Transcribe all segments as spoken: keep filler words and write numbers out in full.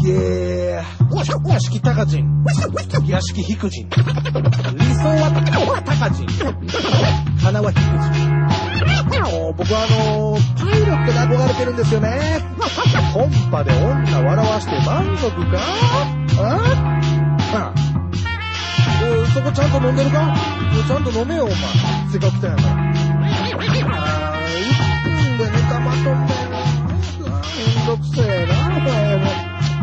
えー、屋敷高人、屋敷低人、理想は高人、花は低人。もう僕はあのー、パイロットに憧れてるんですよね。コンパで女笑わして満足か？ああ、おい、そこちゃんと飲んでるか？ちゃんと飲めよお前、せっかく来たんやから。あー、いっぷんでネタまとめんのめんどくせえなお前も。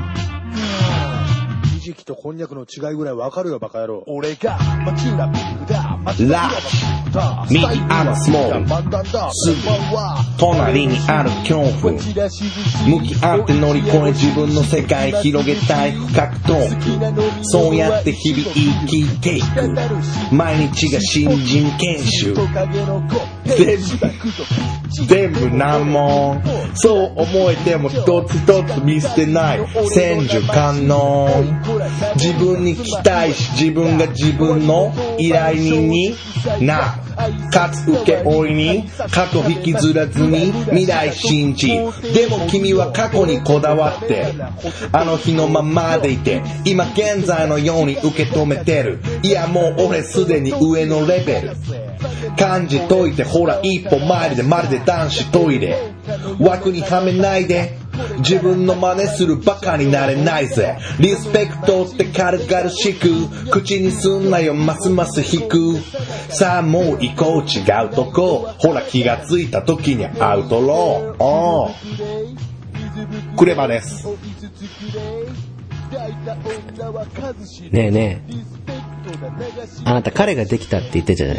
ひじきとこんにゃくの違いぐらいわかるよバカ野郎。俺が町浦ピンクだ。 ラッシュ、右あるスモール、すぐ隣にある恐怖、向き合って乗り越え自分の世界広げたい深くトーク、そうやって日々生きていく、毎日が新人研修、全部全部難問、そう思えても一つ一つ見捨てない千手観音、自分に期待し自分が自分の依頼人にな、かつ受け負いに過去引きずらずに未来信じ、でも君は過去にこだわってあの日のままでいて今現在のように受け止めてる。いやもう俺すでに上のレベル感じといて、ほら一歩前でまるで男子トイレ、枠にはめないで自分の真似するバカになれないぜ。リスペクトって軽々しく口にすんなよ、ますます引く。さあもう行こう違うとこ、ほら気がついた時にアウトロー。おークレバです。 ねえねえ、あなた彼ができたって言ってたじゃない。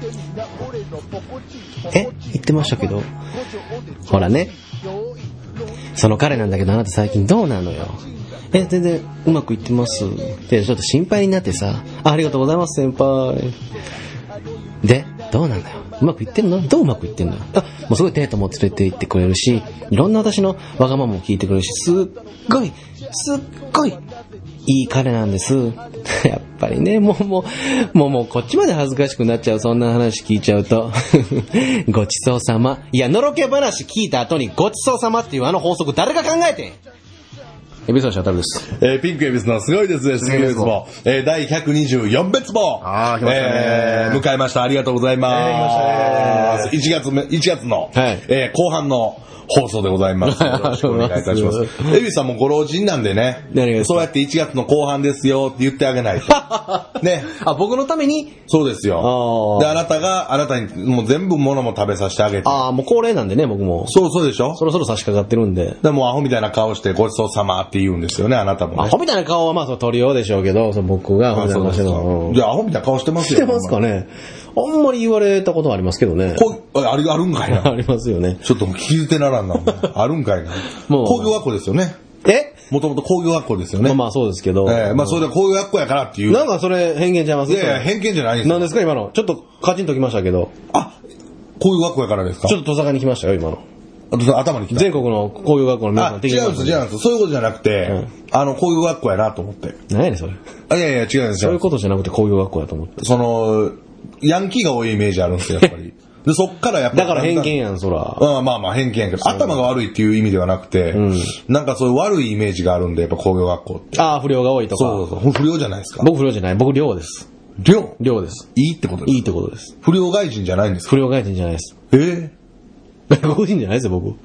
え言ってましたけど、ほらね、その彼なんだけどあなた最近どうなのよ。え全然うまくいってますってちょっと心配になってさ。 あ, ありがとうございます先輩。でどうなんだよ、うまくいってんの？どううまくいってんの？あもうすごいデートも連れて行ってくれるし、いろんな私のわがままも聞いてくれるし、すっごいすっごいいい彼なんです。やっぱりね、もうもうもうもうこっちまで恥ずかしくなっちゃう、そんな話聞いちゃうと。ごちそうさま。いやのろけ話聞いた後にごちそうさまっていうあの法則誰が考えてん？エビスのシャタルです。 えー、ピンクエビスのすごいですね、すごいですも、えー、第ひゃくにじゅうよん別もあー来ましたね、 えー、迎えました。ありがとうございます。えー、いちがつめいちがつの、はい、えー、後半の放送でございます。よろしくお願いいたします。エビさんもご老人なんでね、そうやっていちがつの後半ですよって言ってあげないとね。 あ、僕のために。 そうですよ。であなたがあなたにもう全部物も食べさせてあげて。 ああもう恒例なんでね、僕も。 そうそうでしょ。 そろそろ差し掛かってるんで。 でもアホみたいな顔してごちそうさまって言うんですよね、あなたも、ね。 アホみたいな顔はまあそう取りようでしょうけど、その僕がアホみたいな顔してるの。 じゃあアホみたいな顔してますよ。 してますかね。あんまり言われたことはありますけどね。 こあれあるんかいな。 ありますよね。 ちょっと気づてならんな。あるんかいな。もう工業学校ですよね。 え？ もともと工業学校ですよね。 まあまあそうですけど。 えー、まあそれで工業学校やからっていう。 なんかそれ偏見ちゃいます？ いやいや偏見じゃないです。 何ですか今の。ちょっとカチンときましたけど。 あ、工業学校やからですか？ ちょっととさかに来ましたよ今の。 頭に来た。 全国の工業学校の皆さん的に。違うんです、違うんです。そういうことじゃなくて、うん、あの、工業学校やなと思って。 何やねん、それ。 あ、いやいや、違うんですよ。 そういうことじゃなくて工業学校やと思って。 その、ヤンキーが多いイメージあるんですよ、やっぱり。で、そっからやっぱり。 だから偏見やん、そら。 うん、まあまあ偏見やけど、頭が悪いっていう意味ではなくて、うん、なんかそういう悪いイメージがあるんで、やっぱ工業学校って。 ああ、不良が多いとか。 そうそうそう。不良じゃないですか。 僕不良じゃない。僕良です。 良？ 良です。 いいってことですか？ いいってことです。 不良外人じゃないんですか？ 不良外人じゃないです。 えー外国人じゃないですよ、僕。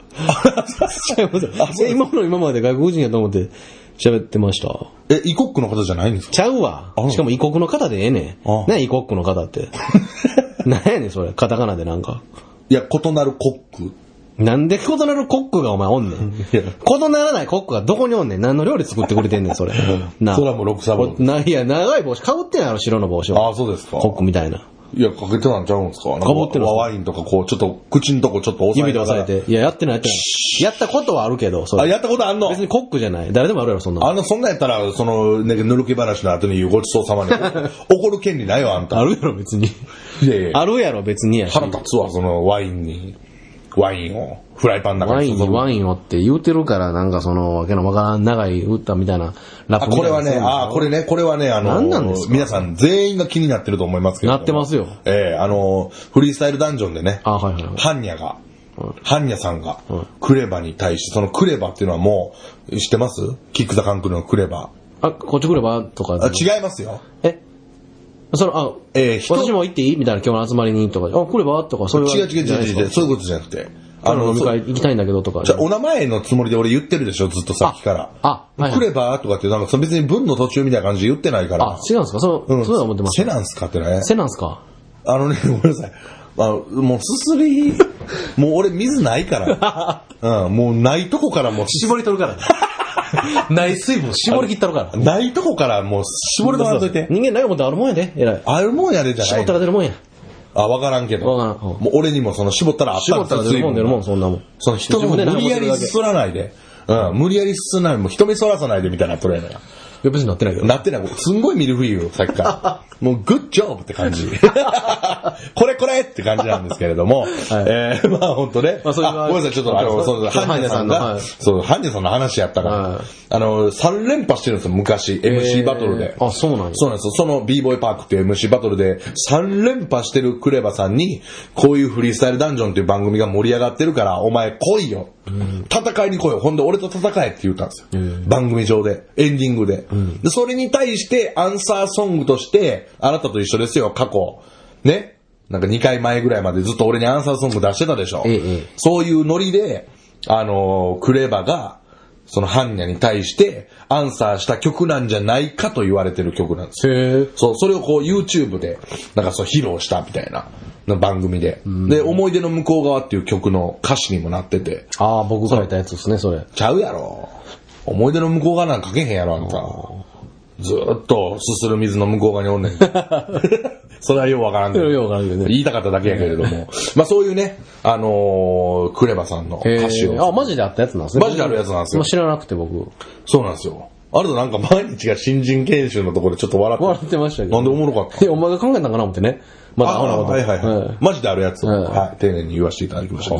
今の今まで外国人やと思って喋ってました。 え、異国の方じゃないんですか？ ちゃうわ。しかも異国の方でええねん。何異国の方って。何やねん、それ。カタカナでなんか。 いや、異なるコック。 なんで異なるコックがお前おんねん。異ならないコックがどこにおんねん。何の料理作ってくれてんねん、それ。 なそれはもう六サボ。 な、いや、長い帽子かぶってんやろ、白の帽子は。ああ、そうですか。 コックみたいな。 いや、かけてなんちゃうんですか？ かぶってる。 ワインとかこう、ちょっと、口のとこちょっと押さえて。 指で押さえて。いや、やってない、やってない。やったことはあるけど、 それ。あ、やったことあんの？ 別にコックじゃない。誰でもあるやろ、そんな。 あの、そんなんやったら、その、ね、ぬるけ話の後に言うごちそうさまに。怒る権利ないよ、あんた。 あるやろ、別に。 いやいや。 あるやろ、別にやし。 腹立つわ、その、ワインに。ワインを。フライパンの中に。ワインにワインをって言うてるから、なんかその、わけのわからん長い歌みたいなラップみたいな。 あ、これはね、あ、これね、これはね、あの、 何なんですか？ 皆さん全員が気になってると思いますけど。 なってますよ。 ええー、あの、フリースタイルダンジョンでね。 あ、はいはいはい。 ハンニャが、 うん、ハンニャさんが、うん、クレバに対して、そのクレバっていうのはもう、知ってます？キックザカンクルのクレバ。 あ、こっちクレバとか。 あ、違いますよ。 えその、あ、えー、私も行っていいみたいな今日の集まりにとか、あ、クレバとかそういう。 違う違う違う違う、そういうことじゃなくて。 あの、飲み会行きたいんだけどとか。 じゃあ、お名前のつもりで俺言ってるでしょ、ずっとさっきから。あ、あはいはい、クレバーとかって、なんか別に文の途中みたいな感じで言ってないから。 あ、違うんですかそう、うん、そうは思ってます。 セなんすかってね。 セなんすかあのね、ごめんなさい。あの、もうすすり、もう俺水ないから。うん、もうないとこからもう。 絞り取るからね。ない水分絞り切ったるから。 ないとこからもう絞り取らんといて。 人間ないもんってあるもんやで、偉い。 あるもんやでじゃない。 絞ったら出るもんや。 あ、わからんけど。 わからん。 もう俺にもその絞ったらあったんですよ。 絞ったら出るもん出るもん、そんなもん。 その人の無理やりすすらないで。うん、無理やりすすらない。もう人目そらさないでみたいなトレーナーや。 いや別になってないけど。 なってない。すんごいミルフィーユ、さっきから。もう、グッジョブって感じ。これこれって感じなんですけれども。はい、えー、まあ本当ね。まあ、それあ、ごめんなさい、ちょっとあの、そう、ハンニャさんが、はい、そう、ハンニャさんの話やったから、はい、あの、さん連覇してるんですよ、昔。エムシー バトルで。 あ、そうなんですそうなんですよ。その b ボーイパークっていう エムシー バトルで、さん連覇してるクレバさんに、こういうフリースタイルダンジョンっていう番組が盛り上がってるから、お前来いよ。うん、戦いに来いよ。ほんで俺と戦えって言ったんですよ。うん、番組上で、エンディングで、うん、で。それに対してアンサーソングとして、あなたと一緒ですよ、過去。ね。なんかにかいまえぐらいまでずっと俺にアンサーソング出してたでしょ。ええ、そういうノリで、あのー、クレバが、そのハンニャに対してアンサーした曲なんじゃないかと言われてる曲なんですよ。へー。そう、それをこう YouTube で、なんかそう披露したみたいな。番組で、うん、で思い出の向こう側っていう曲の歌詞にもなってて、 ああ僕書いたやつですねそれ。 ちゃうやろ。思い出の向こう側なんか書けへんやろあんた。ずーっとすする水の向こう側におんねん。それはようわからんけど。ようわからんけどね。言いたかっただけやけれども、まあそういうねあのー、クレバさんの歌詞を。 あマジであったやつなんですね。 マジであるやつなんですよ。 知らなくて僕。 そうなんですよ。あれとなんか毎日が新人研修のところでちょっと笑って。 笑ってましたけど。 なんでおもろかった？ お前が考えたんかな思ってね。 まだああはいはいはい、はい。マジであるやつを、はい、はい、丁寧に言わせていただきました。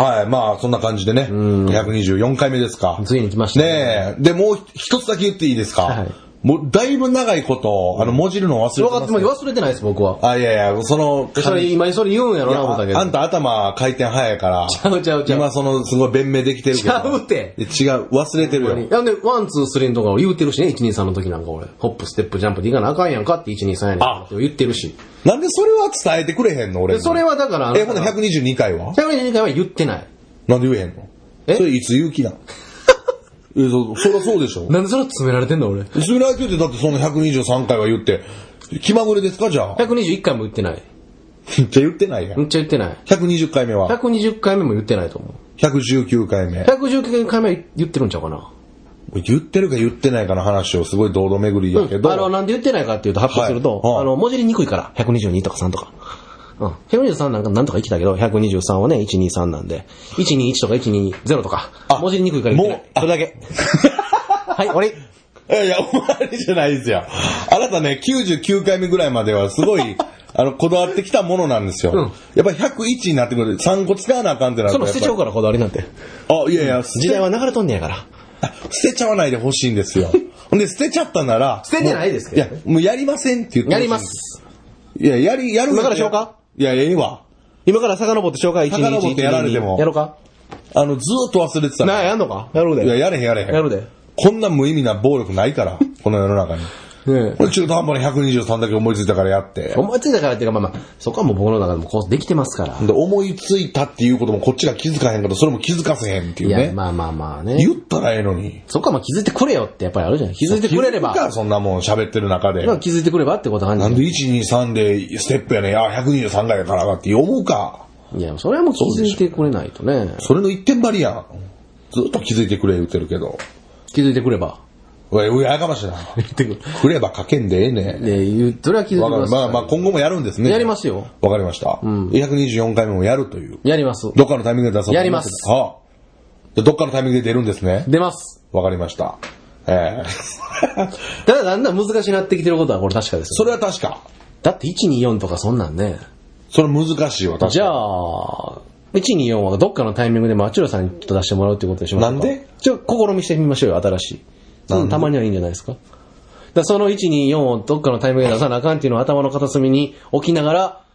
はい、まあそんな感じでね、ひゃくにじゅうよんかいめですか。 ついに来ましたね。 ねえ。でもう一つだけ言っていいですか。はい。もうだいぶ長いことあのもじるの忘れてます。 分かって忘れてないです僕は。 あいやいやそのそれ今それ言うんやろな思ったけど。 あんた頭回転早いから。 ちゃうちゃうちゃう。 今そのすごい弁明できてるけど。 ちゃうって。 違う忘れてるよ。 いやでワンツースリーのとか言うてるしねいちにさんの時なんか俺ホップステップジャンプでいかなあかんやんかっていちにさんやねんって言ってるし。 なんでそれは伝えてくれへんの俺。 それはだからえほんとひゃくにじゅうにかいは？ ひゃくにじゅうにかいは言ってない。 なんで言えへんの？えそれいつ言う気なの？えそ, そりゃそうでしょ。 なんでそれ詰められてんの俺。 詰められててだってそのひゃくにじゅうさんかいは言って気まぐれですかじゃあ。 ひゃくにじゅういっかいも言ってない。 めっちゃ言ってないやん。 めっちゃ言ってない。 ひゃくにじゅっかいめは。 ひゃくにじゅっかいめも言ってないと思う。 ひゃくじゅうきゅうかいめ。 ひゃくじゅうきゅうかいめは言ってるんちゃうかな。 言ってるか言ってないかの話をすごい堂々巡りやけど、 うん、あのなんで言ってないかっていうと発表すると、はい、あの文字りにくいからひゃくにじゅうにとかさんとか。うん、ひゃくにじゅうさんなんかなんとか生きたけどひゃくにじゅうさんはねいちにさんなんでいちにいちとかいちにゼロとか文字りにくいから言ってない。それだけ。はい、終わり。 いやいや、終わりじゃないですよ。あなたね、きゅうじゅうきゅうかいめぐらいまではすごい、あの、こだわってきたものなんですよ。うん、やっぱりひゃくいちになってくるとさんこ使わなあかんってなると。 その捨てちゃうからこだわりなんて。 あ、いやいや、 時代は流れとんねやから。 捨てちゃわないでほしいんですよ。ほんで、捨てちゃったなら。 捨ててないですけど。 いや、もうやりませんって言って。 やります。 いや、やり、やる。 今から消化？ いや、ええわ。 今から遡って紹介いちにいち。 遡ってやられても。 やろうか？ あの、ずーっと忘れてた。 なあ、やんのか？やろうで。 いや、やれへんやれへん。 やるで。 こんな無意味な暴力ないから、この世の中に。ねえ。中途半端にひゃくにじゅうさんだけ思いついたからやって。 思いついたからっていうか、まあまあ、そこはもう僕の中でもこうできてますから。 で、思いついたっていうこともこっちが気づかへんから、それも気づかせへんっていうね。 いや、まあまあまあね。 言ったらええのに。 そこはまあ気づいてくれよってやっぱりあるじゃん。気づいてくれれば。 気づくか、そんなもん喋ってる中で。 気づいてくればってことなんなんでいちにさんでステップやねん、あ、ひゃくにじゅうさんだやからって思うか。 いや、それはもう気づいてくれないとね。 それの一点張りやん。ずっと気づいてくれ言ってるけど。 気づいてくれば。 うや、うやかましいな。くればかけんでええねん。 で、言う、それは気づいてください。 まあまあ今後もやるんですね。 やりますよ。 わかりました。うん。ひゃくにじゅうよんかいめもやるという。 やります。 どっかのタイミングで出そうとやります。 ああ。どっかのタイミングで出るんですね。 出ます。 わかりました。ええー。ただだんだん難しくなってきてることはこれ確かです、ね。 それは確か。 だっていちによんとかそんなんね。 それ難しいわ、確かに。 じゃあ、いちによんはどっかのタイミングでマチュラさんにちょっと出してもらうっていうことでしょうか。 なんで？ ちょっと試みしてみましょうよ、新しい。たまにはいいんじゃないですか。だそのいちによんをどっかのタイミングで出さなあかんっていうのを頭の片隅に置きながら、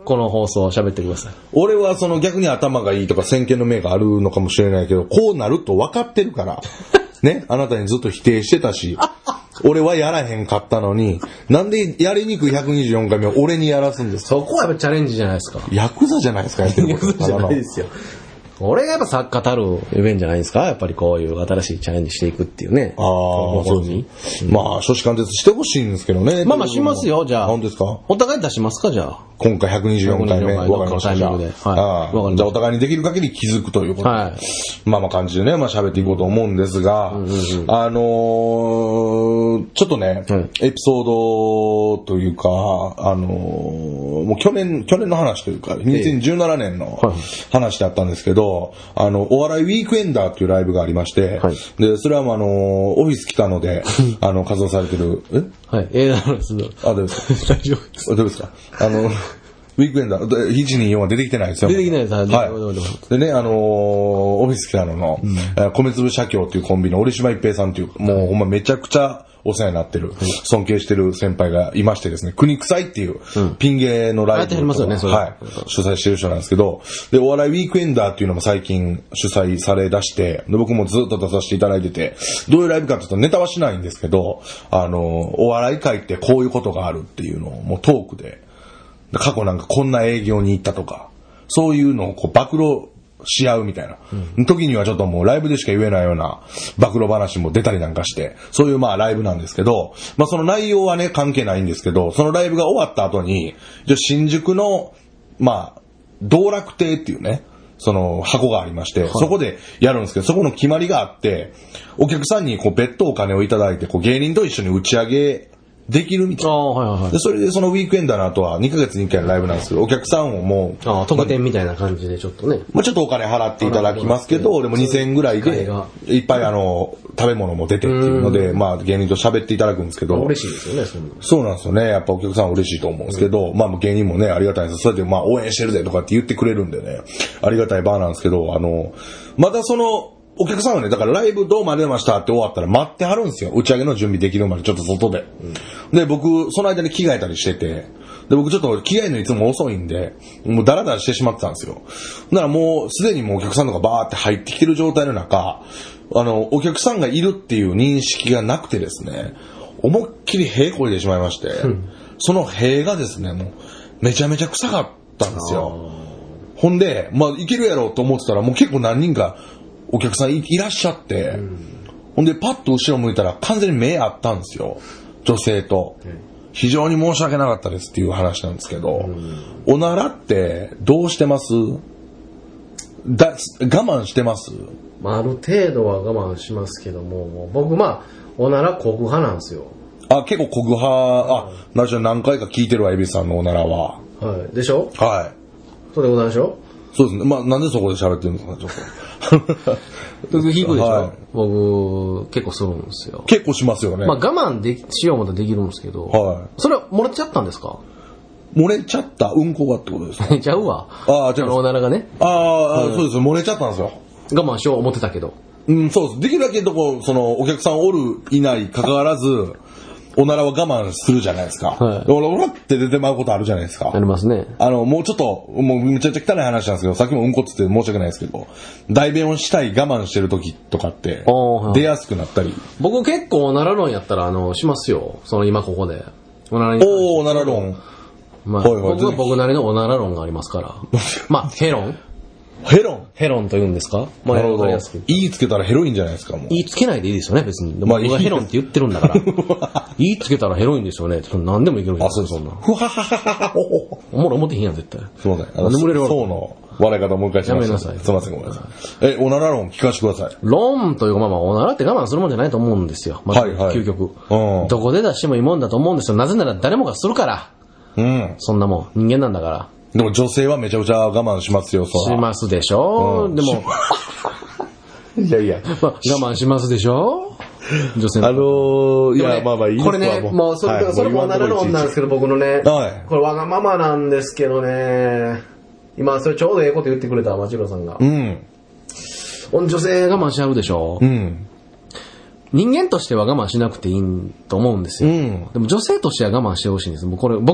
この放送喋ってください。 俺はその逆に頭がいいとか先見の明があるのかもしれないけど、こうなると分かってるから。ね、あなたにずっと否定してたし、俺はやらへんかったのに、なんでやりにくいひゃくにじゅうよんかいめを俺にやらすんですか？ そこはやっぱチャレンジじゃないですか。 ヤクザじゃないですか、やってること。 ヤクザじゃないですよ。俺がやっぱ作家たるイベントじゃないですか。やっぱりこういう新しいチャレンジしていくっていうね。 ああ、そうです。まあ、初志貫徹してほしいんですけどね。 まあまあしますよ、じゃあ。 本当ですか？ お互い出しますか、じゃあ。 今回ひゃくにじゅうよんかいめ。わかりました。じゃあ、 はい、 じゃあお互いにできる限り気づくということで。はい。まあまあ感じでね、まあ喋っていこうと思うんですが、うんうんうん、あのー、ちょっとね、うん、エピソードというか、あのー、もう去年、去年の話というか、にせんじゅうななねんの話だったんですけど、あの、お笑いウィークエンダーっていうライブがありまして、はい、で、それはもうあのー、オフィス来たので、あの、活動されてる、えはい、映画のですね。 あ、どうですか大丈夫です。どうですかあの、ウィークエンダー、いちによんは出てきてないですよ。 出てきてないです。 はい。でね、あのー、オフィス来たのの、うん、米粒社協っていうコンビの折島一平さんっていう、もうほんまめちゃくちゃお世話になってる、うん、尊敬してる先輩がいましてですね、国臭いっていう、うん、ピン芸のライブを、 ますよね、 はい、主催してる人なんですけど、で、お笑いウィークエンダーっていうのも最近主催され出して、で僕もずっと出させていただいてて、どういうライブかっていうとネタはしないんですけど、あのー、お笑い界ってこういうことがあるっていうのをもうトークで、過去なんかこんな営業に行ったとか、そういうのをこう暴露し合うみたいな、うん、時にはちょっともうライブでしか言えないような暴露話も出たりなんかして、そういうまあライブなんですけど、まあその内容はね関係ないんですけど、そのライブが終わった後に、じゃ新宿のまあ道楽亭っていうね、その箱がありまして、はい、そこでやるんですけど、そこの決まりがあって、お客さんにこう別途お金をいただいて、こう芸人と一緒に打ち上げできるみたいな。あ、はいはいはい。で、それでそのウィークエンダーの後はにかげつにいっかいのライブなんですけど、お客さんをもう。ああ、特典みたいな感じでちょっとね。 まあちょっとお金払っていただきますけど、でもにせんえんぐらいで、いっぱいあの、食べ物も出てっていうので、まあ芸人と喋っていただくんですけど。 嬉しいですよね、そんな。 そうなんですよね。やっぱお客さん嬉しいと思うんですけど、うん、まあ芸人もね、ありがたいんです。それでまあ応援してるぜとかって言ってくれるんでね、ありがたいバーなんですけど、あの、またその、お客さんはね、だからライブどうまでましたって終わったら待ってはるんですよ。打ち上げの準備できるまでちょっと外で。うん、で、僕、その間に着替えたりしてて、で、僕ちょっと着替えるのいつも遅いんで、もうダラダラしてしまってたんですよ。だからもうすでにもうお客さんとかバーって入ってきてる状態の中、あの、お客さんがいるっていう認識がなくてですね、思いっきり屁こいでしまいまして、うん、その屁がですね、もうめちゃめちゃ臭かったんですよ。ほんで、まあいけるやろうと思ってたらもう結構何人か、お客さん い, いらっしゃって、うん、ほんでパッと後ろ向いたら完全に目あったんですよ、女性と、うん、非常に申し訳なかったですっていう話なんですけど、うん、おならってどうしてます？だ我慢してます？ まあ、ある程度は我慢しますけども、僕まあおならこぐ派なんですよ。 あ、結構こぐ派、あ、なじゃ何回か聞いてるわ、エビさんのおならは。 はい、でしょ？ はい。 そうでございましょ？ そうですね。まあなんでそこで喋ってるんですか、ちょっと。 低いでしょ、はい、僕結構するんですよ。 結構しますよね。 まあ我慢でしようもとできるんですけど、はい、それは漏れちゃったんですか？ 漏れちゃったうんこがってことですか？ ちゃうわ。 ああ、 じゃあおならがね。 ああ、うん、そうです。漏れちゃったんですよ。 我慢しよう思ってたけど。 うん、そうです。できるだけどこそのお客さんおるいない関わらず。おならは我慢するじゃないですか。はい。オラオラって出てまうことあるじゃないですか。 ありますね。 あの、もうちょっと、もうめちゃくちゃ汚い話なんですけど、さっきもうんこっつって申し訳ないですけど、代弁をしたい我慢してる時とかって、出やすくなったり。 僕結構おなら論やったら、あの、しますよ。その今ここで。 おならに。おー、おなら論。 まあ、はいはい、僕は僕なりのおなら論がありますから。まあ、ヘロンヘロンヘロンと言うんですか？ まあ、なるほど。言いつけたらヘロインじゃないですか、もう。 言いつけないでいいですよね、別に。まあ、僕がヘロンって言ってるんだから。言いつけたらヘロインですよね。何でもいけるんですよ、そんな。ふわはははは。おもろ思ってへんやん、絶対。 すいません。あの、眠れるそうの笑い方もう一回しました。やめなさい。すいません、ごめんなさい。え、おなら論聞かせてください。 論というか、まあまあ、おならって我慢するもんじゃないと思うんですよ。まず、はいはい、究極、うん。どこで出してもいいもんだと思うんですよ。なぜなら誰もがするから。うん。そんなもん、人間なんだから。 でも女性はめちゃくちゃ我慢しますよ、そら。しますでしょ、うん、でも。 いやいや、 まあ、我慢しますでしょ女性の。 あのー、いや、ね、まあまあいいですこれね、もうそれ、はい、それも同じ論なんですけど、僕のね、はい、これわがままなんですけどね、今、それちょうどええこと言ってくれた、町郎さんが。うん。女性我慢しはるでしょうん。人間としては我慢しなくていいと思うんですよ。うん、でも女性としては我慢してほしいんです。もうこれ、僕の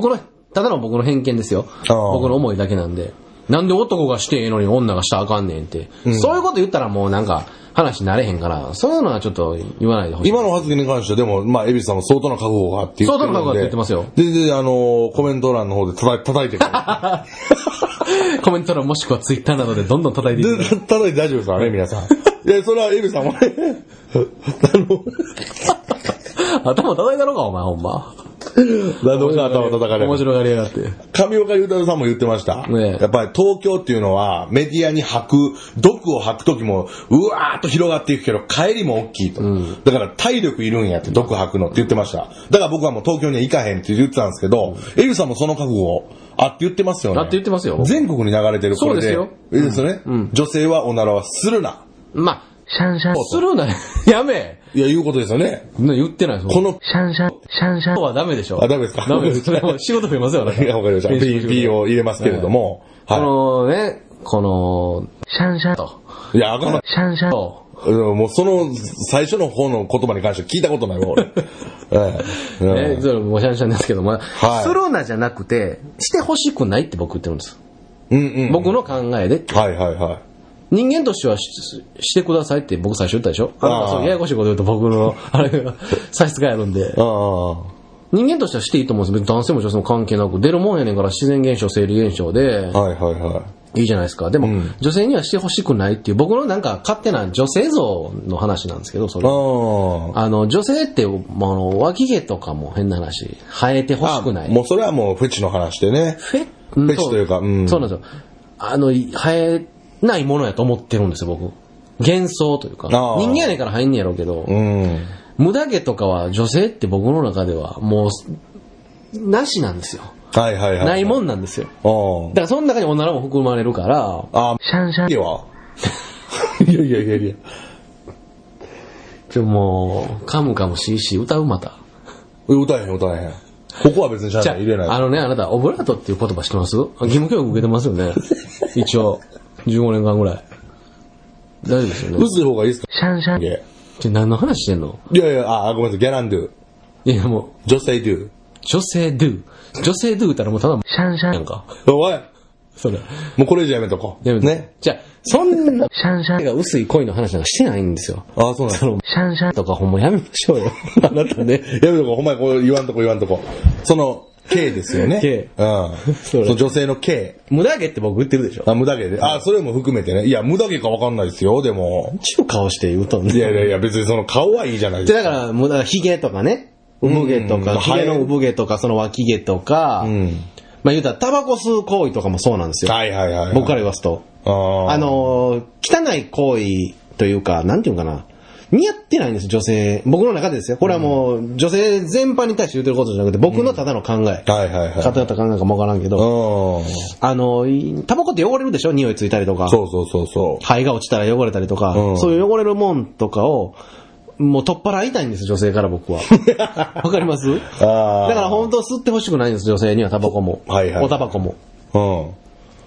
ただの僕の偏見ですよ。僕の思いだけなんで。なんで男がしてええのに女がしたらあかんねんって、うん。そういうこと言ったらもうなんか話になれへんから、そういうのはちょっと言わないでほしい。 今の発言に関してはでも、まあ、エビさんも相当な覚悟があって言ってるんで。相当な覚悟があって言ってますよ。全然、あの、コメント欄の方で叩い叩いてくる。 コメント欄もしくはツイッターなどでどんどん叩いていく。 叩いて大丈夫ですからね、皆さん。いや、それはエビさんもね、あの、 頭叩いたろか、お前、ほんま。 何度か頭叩かれる。 面白がりやがって。 上岡裕太郎さんも言ってました。ね、やっぱり東京っていうのはメディアに吐く、毒を吐くときもうわーっと広がっていくけど帰りも大きいと、うん。だから体力いるんやって毒吐くのって言ってました。だから僕はもう東京には行かへんって言ってたんですけど、エビさんもその覚悟あって言ってますよね。 あって言ってますよ。 全国に流れてるこれで。そうですよ。いいですよね、うん。女性はおならはするな。 まあ、シャンシャン。するな。やめ。 いや、言うことですよね。 言ってないです。 この、 シャンシャン、シャンシャンはダメでしょ。 あ、ダメですか。 ダメです。それも仕事増えますよね。 いや、わかりました。P、P を入れますけれども。 はい。このね、この、シャンシャンと。 いや、あかん。 シャンシャンと。 もうその最初の方の言葉に関して聞いたことないわ、俺。ええ。ね、それもシャンシャンですけども、はい、するなじゃなくて、してほしくないって僕言ってるんです。 うんうん、うん。 僕の考えで。 はいはいはい。 人間としては し, してくださいって僕最初言ったでしょ。あなたそうややこしいこと言うと僕のあれが差し支えあるんで。あ人間としてはしていいと思うんです。男性も女性も関係なく出るもんやねんから自然現象生理現象で。はいはいはい。いいじゃないですか。でも、うん、女性にはしてほしくないっていう僕のなんか勝手な女性像の話なんですけど、それ。あの女性ってまあの脇毛とかも変な話生えてほしくない。 もうそれはもうフェチの話でね。 フェ、 フェチというか、 うん、そうなんですよ。あの生えないものやと思ってるんですよ、僕。幻想というか。人間やねんから入んねやろうけど、うん、無駄毛とかは女性って僕の中ではもう、なしなんですよ。 はいはいはい。 ないもんなんですよ。だからその中におならも含まれるから、 あシャンシャン。 いやいやいやいやいや。 ちょ、もう、カムカムしいし、歌うまた。 歌えへん歌えへん。ここは別にシャンシャン入れない。 あのね、あなた、オブラートっていう言葉知ってます？義務教育受けてますよね。一応。じゅうごねんかんぐらい。大丈夫ですよね。 薄い方がいいですか？ シャンシャン。じゃ何の話してんの？ いやいや、あ、ごめんなさい、ギャランドゥ。 いやもう。 女性ドゥ。 女性ドゥ。女性ドゥったらもうただシャンシャンやんか。 おい。 それ。 もうこれ以上やめとこう。 やめとこう。ね。じゃあ、そんな、シャンシャンが薄い恋の話なんかしてないんですよ。 ああ、そうなんですか。 シャンシャンとかほんまやめましょうよ。あなたね。 やめとこう。ほんまこう言わんとこ言わんとこ。その、K ですよね。 K。 うん。その女性の K。 無駄毛って僕言ってるでしょ。 あ、無駄毛で。あ、それも含めてね。いや、無駄毛かわかんないですよ、でも。 ちゅう顔して言うとんね。 いやいやいや、別にその顔はいいじゃないですか。 だから、無駄、髭とかね。産毛とか、髭の産毛とか、その脇毛とか、うん、まあ言うたら、タバコ吸う行為とかもそうなんですよ。 はいはいはい、はい。 僕から言わすと。あ, あの、汚い行為というか、なんていうかな。似合ってないんです、女性。僕の中でですよ。これはもう、女性全般に対して言ってることじゃなくて、僕のただの考え。うん、はいはいはい。偏った考えかもわからんけど、あの、タバコって汚れるでしょ？匂いついたりとか。 そうそうそうそう。 灰が落ちたら汚れたりとか、うん、そういう汚れるもんとかを、もう取っ払いたいんです、女性から僕は。わかります？あだから本当は吸ってほしくないんです、女性にはタバコも。はいはい。おタバコも。うん。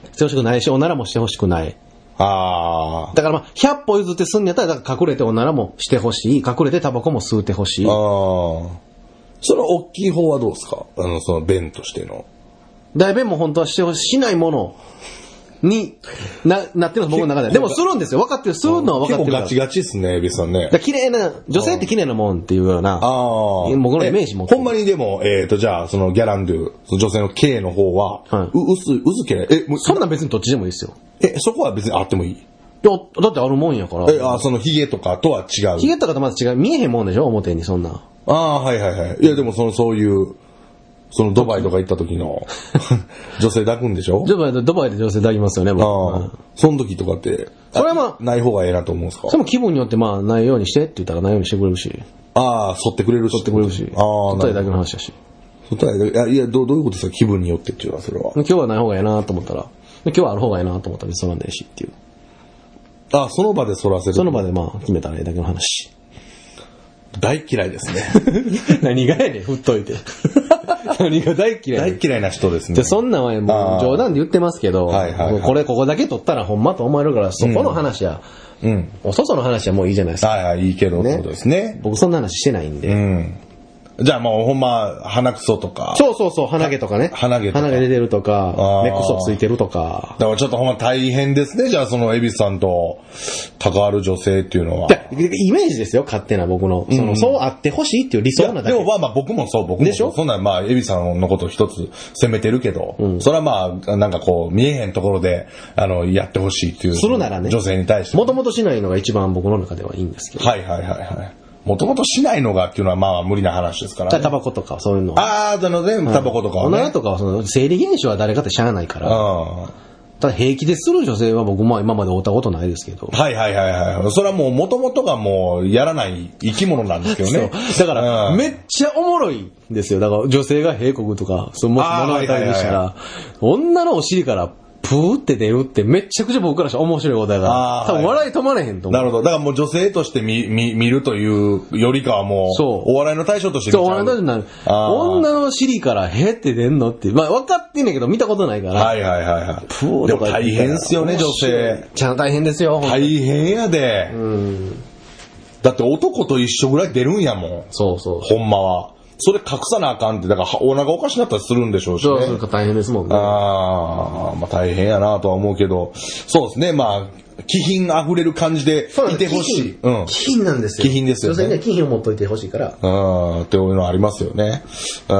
してほしくないし、おならもしてほしくない。ああ。だからまあ、ひゃっぽ譲ってすんやったら、だから隠れておならもしてほしい。隠れてタバコも吸ってほしい。ああ。 その大きい方はどうですか？あの、その弁としての。 大弁も本当はしてほしいないものにな、なってるの僕の中で。でもするんですよ。分かってる。するのは分かってるから。 結構ガチガチっすね、エビさんね。 綺麗な、女性って綺麗なもんっていうような、あ僕のイメージ持ってる。 ほんまにでも、えっ、ー、と、じゃあ、そのギャランドゥ、その女性の K の方は、はい、う、薄い、薄けれえ、 そんなん別にどっちでもいいですよ。 え、そこは別にあってもいい？ だ, だってあるもんやから。 え、あ、そのヒゲとかとは違う。 ヒゲとかとまず違う。見えへんもんでしょ表にそんな。 ああ、はいはいはい。いや、でもその、そういう、そのドバイとか行った時の女性抱くんでしょ？ドバイで、ドバイで女性抱きますよね、僕。ああ、うん。その時とかって、それはまあ、ない方がええなと思うんですか？ それも気分によってまあ、ないようにしてって言ったらないようにしてくれるし。 ああ、沿ってくれるし。 沿ってくれるし。ああ、答えだけの話だし。 答えだけ、いや、いやどう、どういうことですか？気分によってっていうのは、それは。 今日はない方がええなと思ったら、今日はある方がええなと思ったら別にそらんでええしっていう。 ああ、その場で反らせる。 その場でまあ、決めたらええだけの話。 大嫌いですね。 何がやねん、振っといて。何が大嫌い大嫌いな人ですね。 じゃそんなんはもう冗談で言ってますけど、はいはいはい、これここだけ取ったらほんまと思えるから、そこの話は、うん、お外の話はもういいじゃないですか。 はいはい、いいけど、ね、そうですね。 僕そんな話してないんで。うん。 じゃあもうほんま、鼻くそとか。 そうそうそう、鼻毛とかね。 鼻毛とか。 鼻毛出てるとか、根っこそついてるとか。 だからちょっとほんま大変ですね、じゃあその、エビスさんと関わる女性っていうのは。 イメージですよ、勝手な僕の。その、うん、そうあってほしいっていう理想なだけ。 でもまあまあ僕もそう、僕もそう。でしょ？そんなまあ、エビスさんのこと一つ責めてるけど、うん、それはまあ、なんかこう、見えへんところで、あの、やってほしいっていう。 するならね。 女性に対して。 もともとしないのが一番僕の中ではいいんですけど。 はいはいはいはい。もともとしないのがっていうのはまあ無理な話ですからね。 タバコとかそういうの。 ああ、なので、タバコとかはね。 おならとかはその生理現象は誰かってしゃあないから。うん。ただ平気でする女性は僕も今まで会ったことないですけど。 はいはいはいはい。それはもう元々がもうやらない生き物なんですけどね。 そう。だから、うん、めっちゃおもろいんですよ。だから女性が閉国とか、そのもし物語でしたら、はいはいはい、女のお尻からプーって出るってめちゃくちゃ僕からしたら面白いことだから、多分笑い止まれへんと思う。 なるほど。だからもう女性として見、見、見るというよりかはもう、そう。お笑いの対象として見ちゃう。 そう、お笑いの対象になる。女の尻からへって出んのって、まあ分かってんねんけど見たことないから。 はいはいはいはい。プーでも大変ですよね、女性。 ちゃんと大変ですよ。 大変やで。うん。だって男と一緒ぐらい出るんやもん。 そうそう。 ほんまは。それ隠さなあかんって、だからお腹おかしなったりするんでしょうしね。 そうそう、大変ですもんね。 ああ、まあ大変やなとは思うけど、そうですね、まあ、気品溢れる感じでいてほしい。 うん。気品なんですよ。 気品ですよね。 女性には気品を持っといてほしいから。 うん、っていうのはありますよね。うん。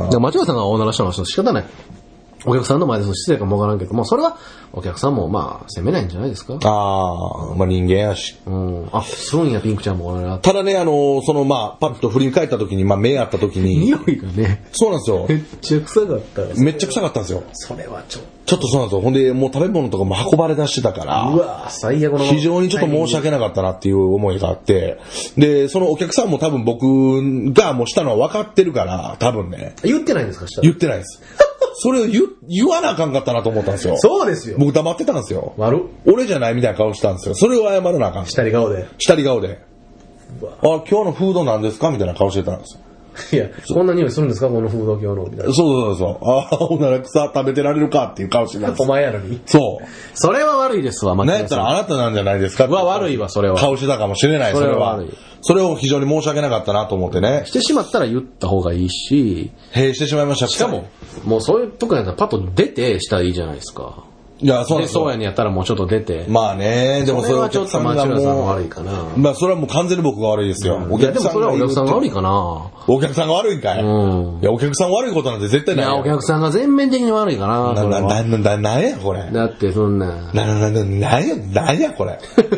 でも町田さんがおならしたのは仕方ない。お客さんの前で失礼かもわからんけども、それはお客さんもまあ責めないんじゃないですか。 ああ、まあ人間やし。 うん。あ、すごいんや、ピンクちゃんもおなら。 ただね、あの、そのまあ、パッと振り返った時に、まあ目合った時に。 匂いがね。 そうなんですよ。 めっちゃ臭かった。 めっちゃ臭かったんですよ。 それはちょっと。 ちょっとそうなんですよ。ほんで、もう食べ物とかも運ばれ出してたから。 うわ最悪の。 非常にちょっと申し訳なかったなっていう思いがあって。で、そのお客さんも多分僕がもうしたのは分かってるから、多分ね。 言ってないんですか？ 言ってないです。それを言、言わなあかんかったなと思ったんですよ。 そうですよ。 僕黙ってたんですよ。 悪っ。 俺じゃないみたいな顔したんですよ。それを謝らなあかん。 下り顔で。 下り顔で。あ、今日のフードなんですかみたいな顔してたんですよ。 いや、こんな匂いするんですかこのフード今日のみたいな。 そうそうそう。ああ、おなら草食べてられるかっていう顔してたんです。 お前やのに。 そう。 それは悪いですわ、 なんやったらあなたなんじゃないですかは悪いわ、それは。 顔してたかもしれない、それは。それは悪い。それを非常に申し訳なかったなと思ってね。 してしまったら言った方がいいし。 へえ、してしまいました。 しかも、もうそういうとこやったらパッと出てしたらいいじゃないですか。 いや、そうなんですよ。 そうやねやったらもうちょっと出て。 まあね、でもそれはちょっと町浦さんが悪いかな。 まあそれはもう完全に僕が悪いですよ。 お客さんが。でもそれはお客さんが悪いかな。 お客さんが悪いんかい。うん。いや、お客さん悪いことなんて絶対ない。 いや、お客さんが全面的に悪いかな。 な、な、な、な、なんやこれ。 だってそんな。 な、な、な、なんや、なんやこれ。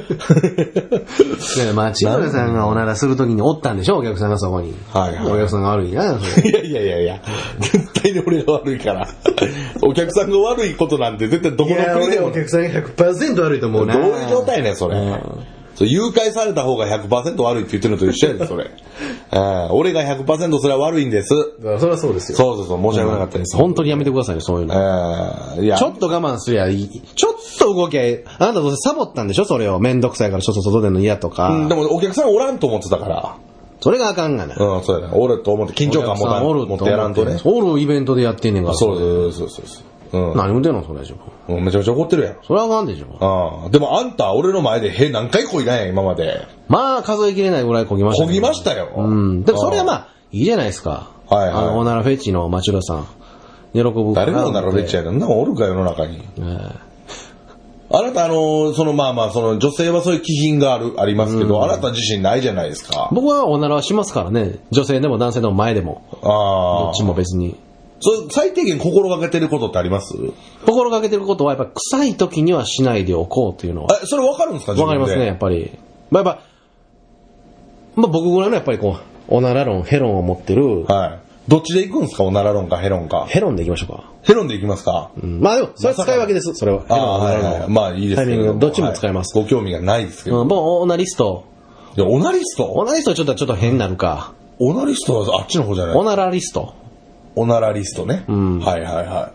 町浦さんがおならするときにおったんでしょお客さんがそこに。 はいはい。 お客さんが悪いな。 いやいやいやいや。絶対に俺が悪いから。お客さんが悪いことなんて絶対どこの国でも。 お客さんが ひゃくパーセント 悪いと思うな。 どういう状態ねそれ。それ誘拐された方が ひゃくパーセント 悪いって言ってるのと一緒やでそれ。俺が ひゃくパーセント それは悪いんです。 それはそうですよ。 そうそうそう、申し訳なかったです。 本当にやめてくださいね、そういうの。いやちょっと我慢すりゃいい。ちょっと動きゃいい。あなたどうせサボったんでしょそれを。めんどくさいからちょっと外での嫌とか。 うん、でもお客さんおらんと思ってたから。 それがあかんがな。 うん、そうやね。おると思って緊張感持た持ってやらんとね。 おるイベントでやってんねんから。 そうそうそうそう。うん、 何言うてんのそれでしょ。 めちゃめちゃ怒ってるやん。 それはあかんでしょ。 ああ。でもあんた俺の前でへ何回こいだんや今まで。 まあ数えきれないぐらいこぎました、 ね。こぎましたよ。 うん。でもそれはまあいいじゃないですか。 はいはい。 あのおならフェチの町浦さん喜ぶから。 誰もおならフェチやなんなおるか世の中に。えー、あなたあのそのまあまあその女性はそういう気品があるありますけど、うん、あなた自身ないじゃないですか。 僕はおならはしますからね。女性でも男性でも前でも。ああ。どっちも別に。 そ最低限心がけてることってあります？ 心がけてることはやっぱ臭い時にはしないでおこうっていうのは。 え、それ分かるんですか？ 分かりますねやっぱり。まあやっぱ、まあ、僕ぐらいのやっぱりこうおなら論ヘロンを持ってる。 はい。どっちで行くんですか？おなら論かヘロンか。 ヘロンで行きましょうか。 ヘロンで行きますか？ うん、まあでもそれは使い分けです。それは。ヘロンは。はいはい。まあいいですけど。 どっちも使います。 はい、ご興味がないですけど。 うん、もうオナリスト。 いやオナリスト？ オナリストはちょっとちょっと変になるか。 オナリストはあっちの方じゃない？ オナラリスト。 オナラリストね。うん。はいはいはい。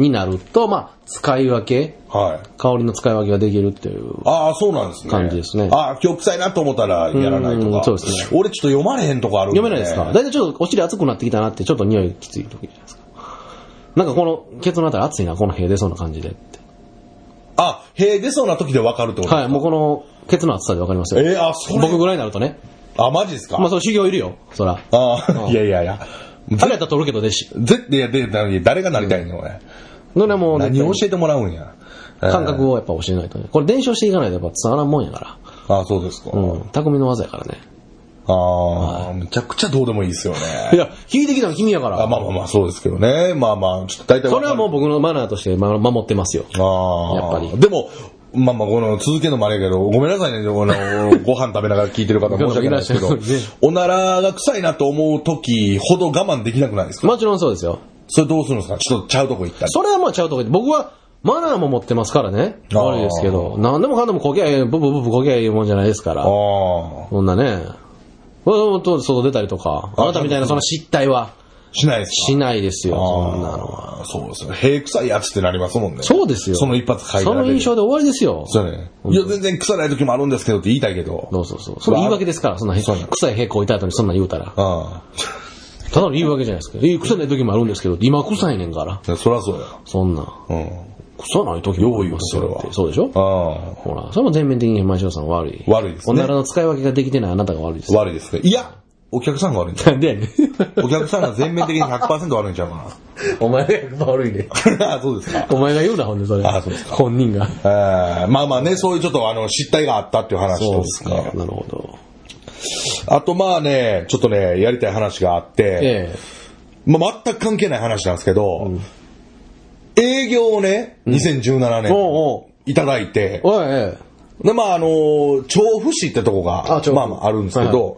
になると、まあ、使い分け。 はい。 香りの使い分けができるっていう。 ああ、そうなんですね。 感じですね。 ああ、今日臭いなと思ったらやらないとか。 そうですね。 俺ちょっと読まれへんとこあるんで。 読めないですか？だいたいちょっとお尻熱くなってきたなって、ちょっと匂いきつい時じゃないですか。なんかこの、ケツのあたり熱いな、この塀出そうな感じでって。 あ、塀出そうな時で分かるってことですか？ はい、もうこの、ケツの熱さで分かりますよ。 えー、あ、そう。 僕ぐらいになるとね。 あ、マジですか？ まあ、その修行いるよ、そら。 ああ、いやいやいや。 あれやったら取るけど、弟子。 絶対、いや、で、誰がなりたいの、俺。 それはもう、 何を教えてもらうんや。 感覚をやっぱ教えないとね。これ伝承していかないとやっぱ伝わらんもんやから。 ああ、そうですか。 うん。匠の技やからね。 ああ、めちゃくちゃどうでもいいですよね。 いや、聞いてきたの君やから。 あ、まあまあまあ、そうですけどね。まあまあ、ちょっと大体。 それはもう僕のマナーとして守ってますよ。 ああ。 やっぱり。 でも、まあまあ、この続けるのもあれやけど、ごめんなさいね、この、ご飯食べながら聞いてる方申し訳ないですけど、おならが臭いなと思う時ほど我慢できなくないですか？ もちろんそうですよ。 それどうするんですか？ちょっとちゃうとこ行ったり。 それはまあちゃうとこ行って、僕はマナーも持ってますからね。悪いですけど、何でもかんでもこけゃブブブブこけゃいいもんじゃないですから。ああ。そんなね。外出たりとか、あなたみたいなその失態は。 しないですか？ しないですよ、そんなのは。 そうですよ。屁臭いやつってなりますもんね。 そうですよ。 その一発書いてその印象で終わりですよ。 そうね。いや、全然臭ない時もあるんですけどって言いたいけど。 そうそうそう。その言い訳ですから、そんな臭い屁こいた後にそんな言うたら。ああ。ただの言い訳じゃないですか。え、臭い時もあるんですけど、今臭いねんから。 そりゃそうや。 そんな。うん。臭ない時もありますよって。そうでしょ？ああ。ほら、それも全面的に前城さん悪い。 悪いですね。 おならの使い分けができてないあなたが悪いです。 悪いですね。いやお客さんが悪いんちゃう。で、お客さんが全面的に ひゃくパーセント 悪いんちゃうかな。 お前がひゃくパーセント悪いね。 あ、そうですか。 お前が言うな、ほんで、それ。 あ、そうですか。 本人が。 えー、まあまあね、そういうちょっとあの、失態があったっていう話とですね。 なるほど。 あとまあね、ちょっとね、やりたい話があって、ええ、まあ全く関係ない話なんですけど、うん、営業をね、にせんじゅうななねん、うん、おうおういただいて、おいええで、まあ、あのー、調布市ってとこが、あまあまああるんですけど、はいはい、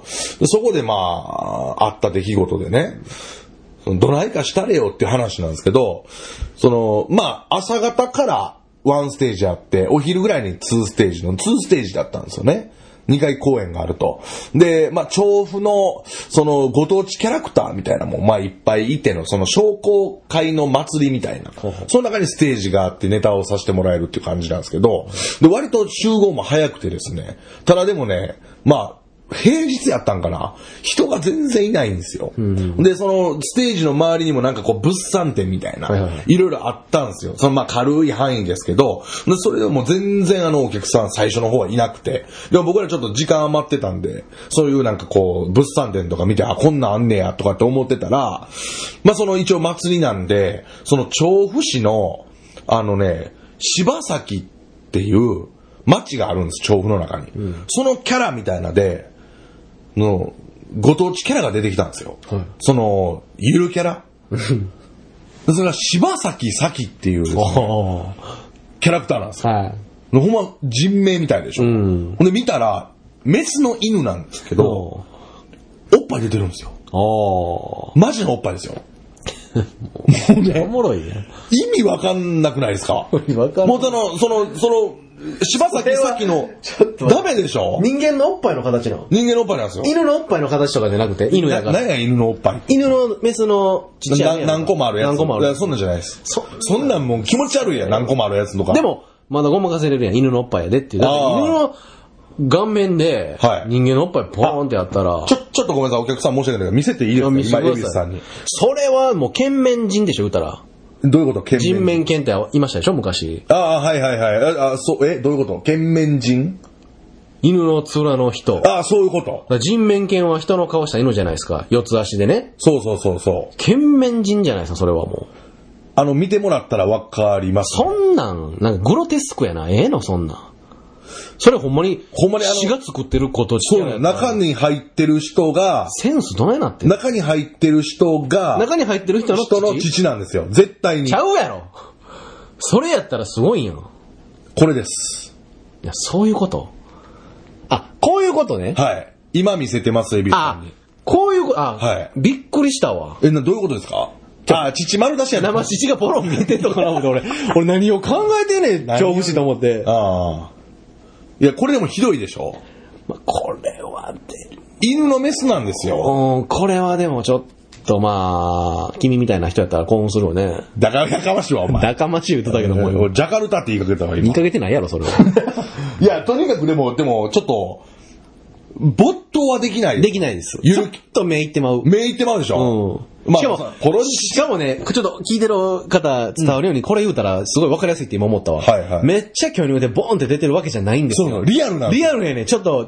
そこでまあ、あった出来事でね、どないかしたれよっていう話なんですけど、その、まあ、朝方からワンステージあって、お昼ぐらいにツーステージのツーステージだったんですよね。にかい公演があると。で、まあ、調布の、その、ご当地キャラクターみたいなもん、まあ、いっぱいいての、その、商工会の祭りみたいな。その中にステージがあってネタをさせてもらえるっていう感じなんですけど、で、割と集合も早くてですね。ただでもね、まあ、平日やったんかな人が全然いないんですよ、うん、でそのステージの周りにもなんかこう物産展みたいな、はいはい、いろいろあったんですよそのまあ軽い範囲ですけどでそれでも全然あのお客さん最初の方はいなくてでも僕らちょっと時間余ってたんでそういうなんかこう物産展とか見てあこんなんあんねやとかって思ってたらまあその一応祭りなんでその調布市のあのね柴崎っていう町があるんです調布の中に、うん、そのキャラみたいなでのご当地キャラが出てきたんですよ、はい、そのゆるキャラそれが柴崎咲っていうですねキャラクターなんですよ、はい、ほんま人名みたいでしょ、うん、ほんで見たらメスの犬なんですけどおっぱい出てるんですよマジのおっぱいですよもうねおもろいね意味わかんなくないですかもうそのそのその柴崎さっきのダメでしょ人間のおっぱいの形の人間のおっぱいなんですよ犬のおっぱいの形とかじゃなくて犬やから何や犬のおっぱい犬のメスのちっちゃい何個もあるやつ何個もあるそんなんじゃないです そ, そんなんもう気持ち悪いやん何個もあるやつとかでもまだごまかせれるやん犬のおっぱいやでっていうだって犬の顔面で人間のおっぱいポーンってやったら、はい、 ちょちょっとごめんなさいお客さん申し訳ないけど見せていいですか今エビスさんにそれはもう剣面人でしょ言ったらどういうこと人面犬っていましたでしょ昔ああはいはいはいああそうえどういうこと犬面人犬の面の人ああそういうこと人面犬は人の顔した犬じゃないですか四つ足でねそうそうそうそう犬面人じゃないですかそれはもうあの見てもらったらわかります、 ね、そんなんなんかグロテスクやなええのそんなんそれほんまにほんまにあの死が作ってることそう中に入ってる人がセンスどないなってん中に入ってる人が中に入ってる人の人の父なんですよ絶対にちゃうやろそれやったらすごいやんこれですいやそういうことあこういうことねはい今見せてますエビさんにあこういうことあ、はい、びっくりしたわえなどういうことですかあ父丸出しやな生父がポロン見えてんのかな思って俺俺何を考えてんねん調布市と思ってああいやこれでもひどいでしょ、 まあ、これは犬のメスなんですようんこれはでもちょっとまあ君みたいな人やったら興奮するよねだからやかましいわお前だかましい言うとったけどもジャカルタって言いかけたわ今言いかけてないやろそれはいやとにかくでもでもちょっと没頭はできないできないですちょっと目いってまう目いってまうでしょ、うんまあ、しかも、 しかもね、ちょっと聞いてる方伝わるように、これ言うたらすごい分かりやすいって今思ったわ。はいはい。めっちゃ巨乳でボーンって出てるわけじゃないんですよ。 そうリアルなリアルやね。ちょっと、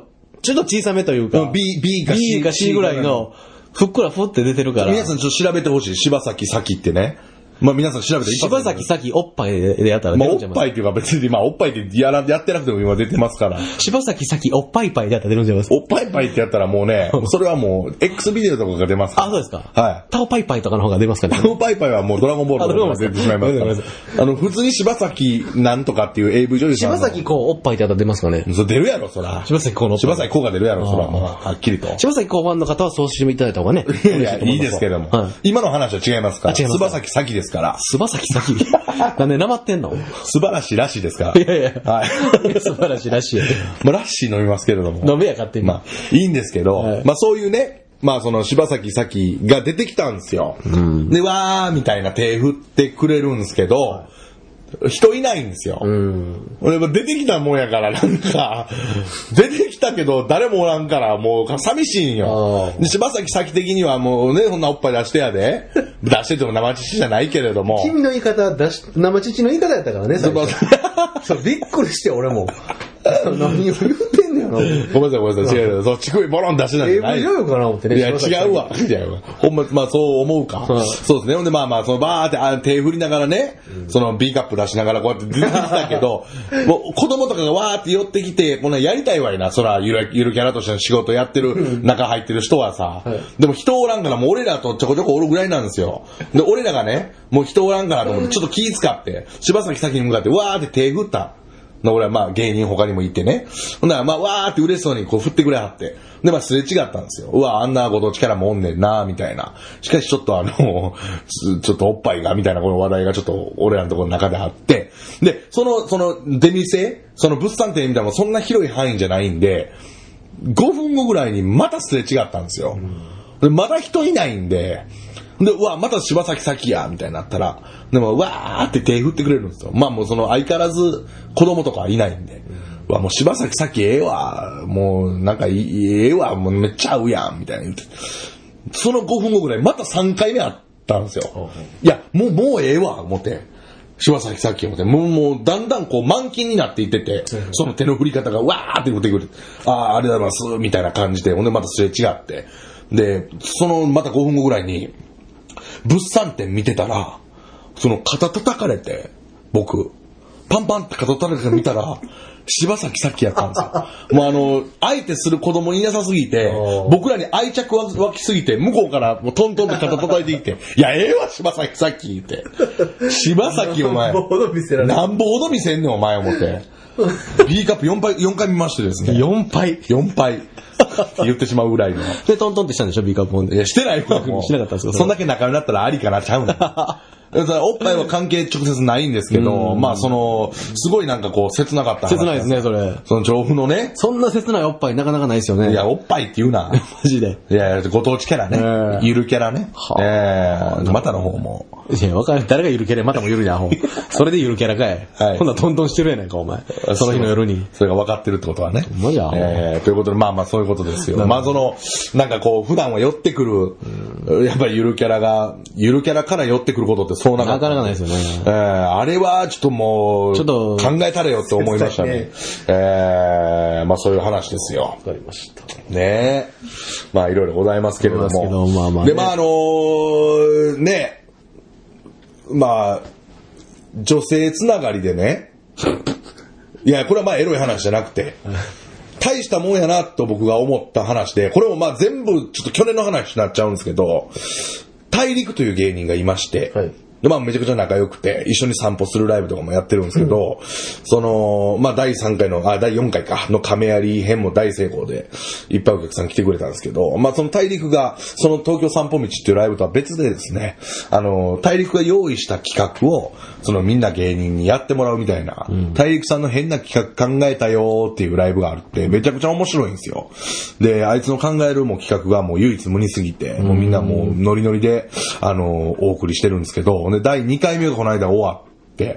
ちょっと小さめというか、 B、B か C, B か C ぐらいの、ふっくらふって出てるから。 皆さんちょっと調べてほしい。柴崎咲ってね。まあ皆さん調べて柴崎咲おっぱいでやったら出るんじゃないですか。まあおっぱいっていうか別に、まあおっぱいでやら、やってなくても今出てますから。 柴崎咲おっぱいパイでやったら出るんじゃないですか。 おっぱいパイってやったらもうね、それはもう X ビデオとかが出ますから。 あ、そうですか。 はい。 タオパイパイとかの方が出ますかね。 タオパイパイはもうドラゴンボールとかが出てしまいますから。あの、普通に柴崎なんとかっていう エーブイ 女優さん。 柴崎こうおっぱいってやったら出ますかね。 そう出るやろ、そら。 柴崎こうの。 柴崎こうが出るやろ、そらもう、はっきりと。 柴崎こうファンの方はそうしていただいた方がね。 いや、いいですけども。今の話は違いますから。柴崎咲ですから。 柴崎咲なんでなまってんの？ 素晴らしいらしいですから。 いやいや。はい。素晴らしいらしい。 まあ、ラッシー飲みますけれども。 飲めや勝手に。 まあ、いいんですけど、はい、まあそういうね、まあその柴崎咲が出てきたんですよ。うん、で、わーみたいな手振ってくれるんですけど、はい、人いないんですよ。うん、俺も出てきたもんやからなんか、出てきたけど誰もおらんからもう寂しいんよ。で柴崎咲的にはもうね、そんなおっぱい出してやで。出してても生乳じゃないけれども。 君の言い方出し、生乳の言い方やったからね、最初。そう、びっくりして俺も。何を言うてんねやろ。 ごめんなさい、ごめんなさい。違う、そう、乳首ボロン出してなんじゃない。 ええ、違うかな思ってね。 いや、違うわ。いや、ほんま、まあそう思うか。うん、そうですね。ほんで、まあまあ、そのバーってあ手振りながらね、うん、その B カップ出しながらこうやって出てきたけど、もう子供とかがわーって寄ってきて、もうね、やりたいわいな、そら、ゆる、ゆるキャラとしての仕事やってる、中入ってる人はさ、はい、でも人おらんからもう俺らとちょこちょこおるぐらいなんですよ。で、俺らがね、もう人おらんからと思って、ちょっと気使って、柴崎咲に向かってわーって手振った。俺はまあ芸人他にもいてね。ほんならまあわーって嬉しそうにこう振ってくれはって。でまあすれ違ったんですよ。うわ、あんなご当地キャラもおんねんなみたいな。しかしちょっとあの、ちょっとおっぱいがみたいなこの話題がちょっと俺らのところの中であって。で、その、その出店、その物産展みたいなのもそんな広い範囲じゃないんで、ごふんごぐらいにまたすれ違ったんですよ。でまだ人いないんで、で、うわ、また柴崎咲や、みたいになったら、でも、わーって手振ってくれるんですよ。まあもうその相変わらず子供とかはいないんで、うわ、もう柴崎咲ええわ、もうなんかいい、ええわ、もうめっちゃ合うやん、みたいな言って。そのごふんごぐらい、またさんかいめあったんですよ。いや、もう、もうええわ、思って。柴崎咲思って、もう、もう、だんだんこう満勤になっていってて、その手の振り方がわーって振ってくる。ああ、ありがとうございます、みたいな感じで、ほんでまたすれ違って。で、そのまたごふんごぐらいに、物産展見てたら、その肩叩かれて、僕、パンパンって肩叩かれて見たら、柴崎咲やったんですよ。もうあの、相手する子供いなさすぎて、僕らに愛着湧きすぎて、向こうからもうトントンって肩叩いていって、いや、ええわ、柴崎咲って。柴崎お前、なんぼほど見せられなんぼほど見せんねん、お前思って。B カップよんぱい、よんかい見ましてですね。 よんぱい ? よんぱい。言ってしまうぐらいの。 で、トントンってしたんでしょ、B カップ本で。 いや、してないよ。 しなかったんですかそんだけ仲良くなったらありかな、ちゃうの。おっぱいは関係直接ないんですけど、まあその、すごいなんかこう、切なかった話。 切ないですね、それ。 その調布のね。 そんな切ないおっぱいなかなかないですよね。 いや、おっぱいって言うな。 マジで。 いや、ご当地キャラね。ゆるキャラね。ええ、またの方も。 いや、わかる。誰がゆるキャラまたもゆるやん、ほん。それでゆるキャラかい。はい。ほんなトントンしてるやないか、お前。その日の夜に。 それが分かってるってことはね。 マジや。 ええ、ということで、まあまあそういうことですよ。まあその、なんかこう、普段は寄ってくる、やっぱりゆるキャラが、ゆるキャラから寄ってくることってそうなかった。 なかなかないですよね。 えー、あれはちょっともう、ちょっと考えたれよって思いましたね。ねえー、まあそういう話ですよ。 わかりました。 ねえ。まあいろいろございますけれども。 けどまあまあね、 で、まああのー、ね、まあ、女性つながりでね、いや、これはまあエロい話じゃなくて、大したもんやなと僕が思った話で、これもまあ全部ちょっと去年の話になっちゃうんですけど、大陸という芸人がいまして、はい、でまあめちゃくちゃ仲良くて、一緒に散歩するライブとかもやってるんですけど、うん、その、まあだいさんかいの、あ、だいよんかいか、の亀有編も大成功で、いっぱいお客さん来てくれたんですけど、まあその大陸が、その東京散歩道っていうライブとは別でですね、あの、大陸が用意した企画を、そのみんな芸人にやってもらうみたいな、うん、大陸さんの変な企画考えたよーっていうライブがあるって、めちゃくちゃ面白いんですよ。で、あいつの考えるもう企画がもう唯一無二すぎて、もうみんなもうノリノリで、あの、お送りしてるんですけど、で、だいにかいめがこの間終わって、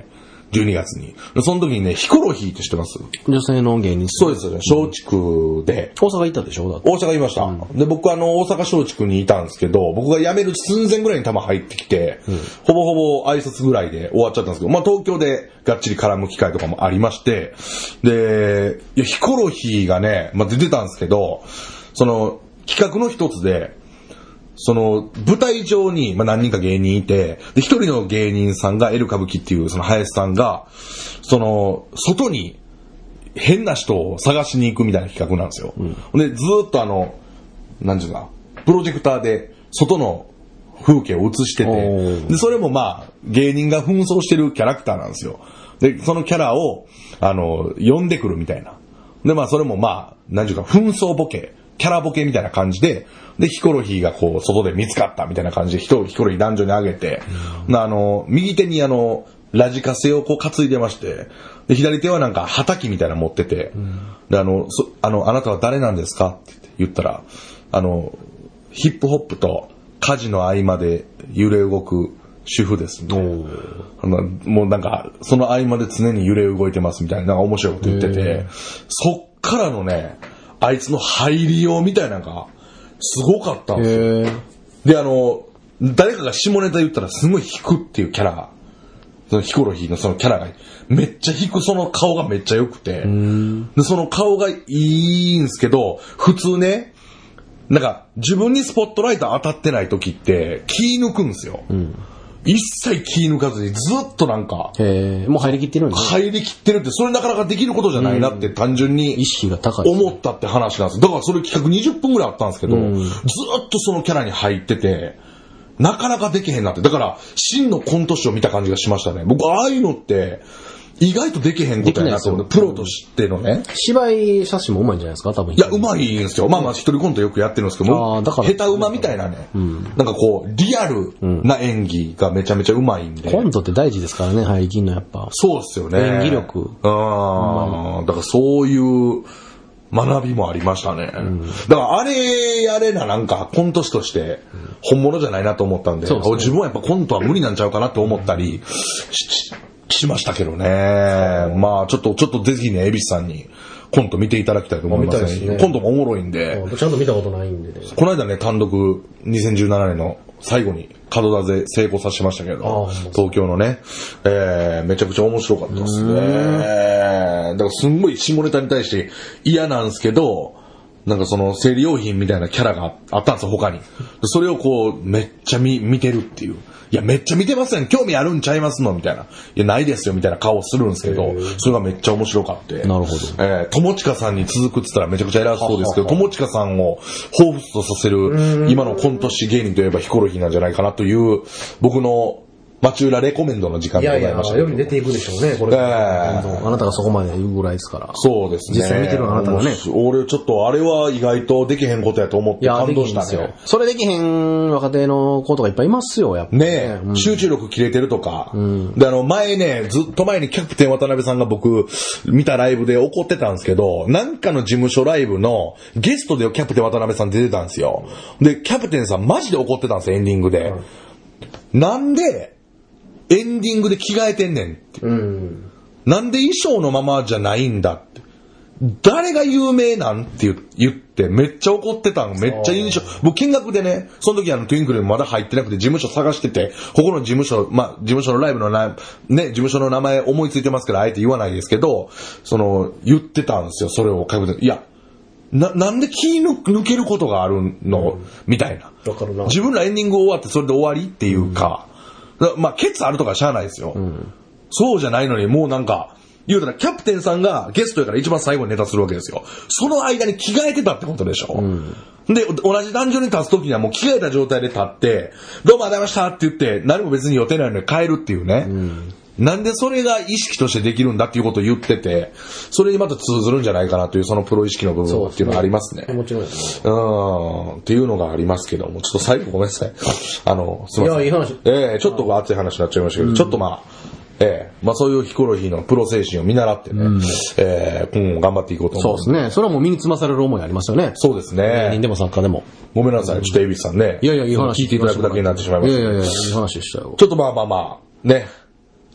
じゅうにがつに。その時にね、ヒコロヒーって知ってます？ 女性の芸人。 そうですよね。松竹で。 大阪行ったでしょ？だって大阪いました。うん、で、僕あの、大阪松竹にいたんですけど、僕が辞める寸前ぐらいに球入ってきて、うん、ほぼほぼ挨拶ぐらいで終わっちゃったんですけど、まあ東京でがっちり絡む機会とかもありまして、で、いやヒコロヒーがね、まあ出てたんですけど、その、企画の一つで、その、舞台上に、まあ、何人か芸人いて、で、一人の芸人さんが、エル歌舞伎っていう、その、林さんが、その、外に、変な人を探しに行くみたいな企画なんですよ。うん、で、ずーっとあの、なんていうか、プロジェクターで、外の風景を映してて、で、それもまあ、芸人が紛争してるキャラクターなんですよ。で、そのキャラを、あの、呼んでくるみたいな。で、まあ、それもまあ、なんていうか、紛争ボケ。キャラボケみたいな感じで、で、ヒコロヒーがこう、外で見つかったみたいな感じで、ヒコロヒー男女に上げて、うん、あの、右手にあの、ラジカセをこう担いでまして、で、左手はなんか、畑みたいなの持ってて、うん、で、あの、そ、あの、あなたは誰なんですかって言ったら、あの、ヒップホップと家事の合間で揺れ動く主婦ですみたいな。あのもうなんか、その合間で常に揺れ動いてますみたいな、なんか面白いこと言ってて、そっからのね、あいつの入りようみたいなのがすごかったんですよ。で、あの、誰かが下ネタ言ったらすごい引くっていうキャラ、そのヒコロヒーのそのキャラがめっちゃ引く、その顔がめっちゃ良くて、で、その顔がいいんですけど、普通ね、なんか自分にスポットライト当たってない時って気抜くんですよ。うん、一切気抜かずにずっとなんか、 へー、もう入りきってるんですね。 入りきってるって、それなかなかできることじゃないなって単純に意識が高い思ったって話なんです。だからそれ企画にじゅっぷんぐらいあったんですけど、ずっとそのキャラに入ってて、なかなかできへんなって。だから真のコント師を見た感じがしましたね。僕ああいうのって意外とできへんことやなと思って、プロとしてのね。 芝居写真もうまいんじゃないですか、多分。 いや、うまいんですよ。まあまあ、一人コントよくやってるんですけど、あだから下手馬みたいなね、うん、なんかこう、リアルな演技がめちゃめちゃうまいんで。 コントって大事ですからね、入りきんのやっぱ。 そうですよね。 演技力。 ああ、だからそういう学びもありましたね。うん、だからあれやれな、なんかコント師として本物じゃないなと思ったんで、うん、自分はやっぱコントは無理なんちゃうかなと思ったりし、しましたけどね。まあちょっとちょっとぜひね、恵比寿さんにコント見ていただきたいと思いますね。コントもおもろいんで。 ちゃんと見たことないんでね。 この間ね、単独にせんじゅうななねんの最後に門田で成功させましたけど、東京のね、えー、めちゃくちゃ面白かったですね。だからすんごい下ネタに対して嫌なんですけど、なんかその生理用品みたいなキャラがあったんですよ、他に。それをこうめっちゃ 見, 見てるっていう。いや、めっちゃ見てません。興味あるんちゃいますのみたいな。いや、ないですよ、みたいな顔をするんですけど、それがめっちゃ面白かって。 なるほど。 えー、友近さんに続くって言ったらめちゃくちゃ偉そうですけど、友近さんを彷彿とさせる、今のコント師芸人といえばヒコロヒーなんじゃないかなという、僕の町浦レコメンドの時間でございました。 いやいや、より出ていくでしょうね、これ。えー、あなたがそこまで言うぐらいですから。 そうですね。 実際見てるあなたがね。 俺ちょっとあれは意外とできへんことやと思って感動したね。 それできへん若手の子とかいっぱいいますよ、やっぱり。 ねえ、うん、集中力切れてるとか。うん、で、あの、前ね、ずっと前にキャプテン渡辺さんが僕、見たライブで怒ってたんですけど、なんかの事務所ライブのゲストでキャプテン渡辺さん出てたんですよ。で、キャプテンさんマジで怒ってたんですよ、エンディングで。うん、なんで、エンディングで着替えてんねんって、うん、なんで衣装のままじゃないんだって、誰が有名なんって言ってめっちゃ怒ってたん。めっちゃ印象、僕見学でね、その時あのトゥインクルまだ入ってなくて事務所探してて、ここの事務所、まあ事務所のライブのなね、事務所の名前思いついてますからあえて言わないですけど、その言ってたんですよ、それを書く。いやな、なんで気抜けることがあるの、うん、みたいな。 わかるな。 自分らエンディング終わってそれで終わりっていうか、うん、まあ、ケツあるとかしゃあないですよ、うん。そうじゃないのに、もうなんか、言うたらキャプテンさんがゲストやから一番最後にネタするわけですよ。その間に着替えてたってことでしょ。うん、で、同じ壇上に立つ時にはもう着替えた状態で立って、どうもありがとうございましたって言って、何も別に予定ないのに帰るっていうね。うん、なんでそれが意識としてできるんだっていうことを言ってて、それにまた通ずるんじゃないかなというそのプロ意識の部分っていうのがありますね。 もちろんですね。うん。っていうのがありますけども、ちょっと最後ごめんなさい。あの、すみません。 いや、いい話。 ええー、ちょっと熱い話になっちゃいましたけど、うん、ちょっとまあ、ええー、まあそういうヒコロヒーのプロ精神を見習ってね、うん、ええー、今後頑張っていこうと思う。 そうですね。それはもう身につまされる思いありますよね。 そうですね。 芸人でも作家でも。 ごめんなさい。ちょっとエビスさんね。 いやいや、いい話。 聞いていただくだけになってしまいました。 いやいやいや、いい話でしたよ。 ちょっとまあまあまあ、ね。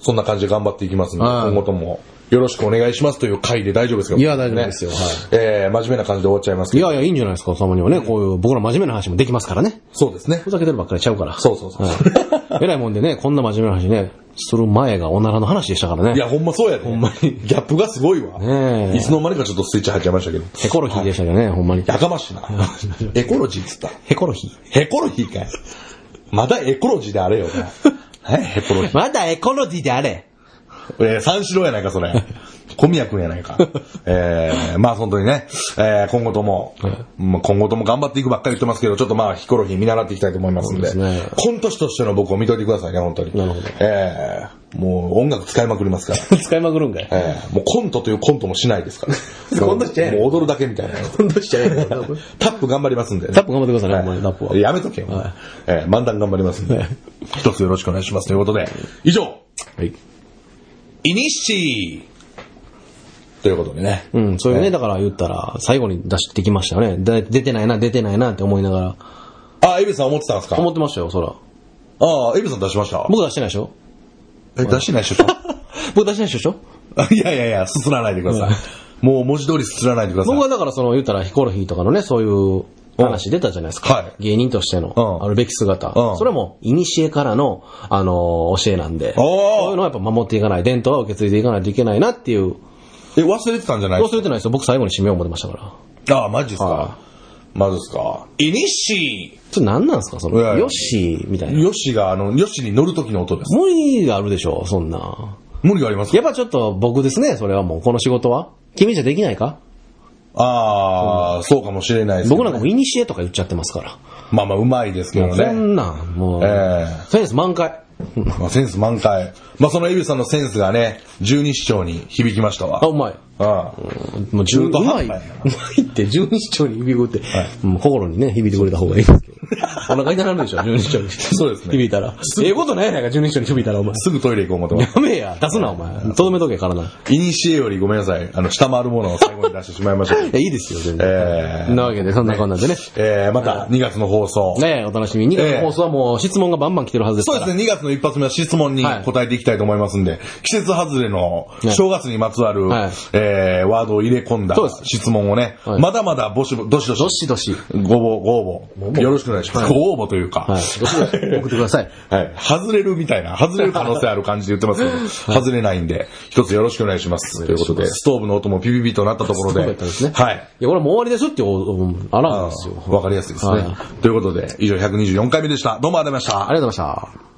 そんな感じで頑張っていきますので、今後ともよろしくお願いしますという回で大丈夫ですか？ いや、大丈夫ですよ。はい。 えー、真面目な感じで終わっちゃいますけど。 いやいや、いいんじゃないですか、たまにはね。こういう僕ら真面目な話もできますからね。 そうですね。 ふざけてるばっかりちゃうから。 そうそうそう。 はい、えらいもんでね、こんな真面目な話ね、する前がおならの話でしたからね。 いや、ほんまそうやで。ほんまに。ギャップがすごいわ。ねえ。いつの間にかちょっとスイッチ入っちゃいましたけど。 ヘコロヒーでしたけどね、ほんまに。 やかましいな。エコロジーっつった。 ヘコロヒー。 ヘコロヒーかい。まだエコロジーであれよ、ね。ヘコロヒー。 まだエコロジーであれ。 えー、三四郎やないか、それ。小宮君やないか。えー、まあ本当にね、えー、今後とも、まあ、今後とも頑張っていくばっかり言ってますけど、ちょっとまあヒコロヒー見習っていきたいと思いますんで、そうですね、コント師としての僕を見といてくださいね、本当に。なるほど。えー、もう音楽使いまくりますから。 使いまくるんかい。 えー、もうコントというコントもしないですから。 コントしちゃえ。 もう踊るだけみたいな。 コントしちゃえ。 タップ頑張りますんで、ね。 タップ頑張ってくださいね、お前、タップは。 やめとけよ。はい、えー、漫談頑張りますんで、一つよろしくお願いしますということで、以上。はい。イニッシーということでね。 うん、そういうね、だから言ったら、最後に出してきましたよね。出てないな、出てないなって思いながら。 あ、エビさん思ってたんですか？ 思ってましたよ、そら。 ああ、エビさん出しました？ 僕出してないでしょ？ え、出してないでしょ？僕出してないでしょ？ いやいやいや、すすらないでください。うん、もう文字通りすすらないでください。 僕はだからその、言ったらヒコロヒーとかのね、そういう話出たじゃないですか。はい、芸人としての、あるべき姿。うん、それも、いにしえからの、あのー、教えなんで、そういうのはやっぱ守っていかない、伝統は受け継いでいかないといけないなっていう。 え、忘れてたんじゃないですか？ 忘れてないですよ。僕最後に締めを持ってましたから。 ああ、マジですか？はあ、マジですか？イニッシー。 それ何なんですか？その、ヨッシーみたいな。 ヨッシーが、あの、ヨッシーに乗る時の音です。 無理があるでしょ、そんな。 無理がありますか？ やっぱちょっと僕ですね、それはもう、この仕事は。君じゃできないか？ ああ、そうかもしれないです、ね。 僕なんかもイニシエとか言っちゃってますから。 まあまあ、うまいですけどね。そんなん、もう、えー、センス満開。 まあ、センス満開。まあ、そのエビさんのセンスがね、十二指腸に響きましたわ。 あ、うまい。 ああ。 もう十うまい。うまいって十二指腸に響くって、はい、もう心にね、響いてくれた方がいいですけど。お腹痛なるでしょ、十二指腸に。 そうですね。 響いたら。ええことないやないか、十二指腸に響いたら、お前。 すぐトイレ行こう思ってます。 やめや、出すな、お前。とどめとけ、体。 イニシエよりごめんなさい。あの、下回るものを最後に出してしまいました。いや、いいですよ、全然。えー。なわけで、そんなこんなんでね。 えー、また、にがつの放送。 ねえ、お楽しみ。にがつの放送はもう質問がバンバン来てるはずですから。 そうですね、にがつの一発目は質問に答えていきたいと思いますんで、季節外れの正月にまつわる、えー、ワードを入れ込んだ質問をね、まだまだ募集、どしどし。 どしどし。 ご応募、ご応募。よろしくお願いします。ご応募というか。 はい。どしどし送ってください。 はい。外れるみたいな、外れる可能性ある感じで言ってますけど、外れないんで、一つよろしくお願いします。ということで、ストーブの音もピピピとなったところで。 そうですね。 はい。 いや、これもう終わりですってあらんですよ。 わかりやすいですね。ということで、以上ひゃくにじゅうよんかいめでした。どうもありがとうございました。 ありがとうございました。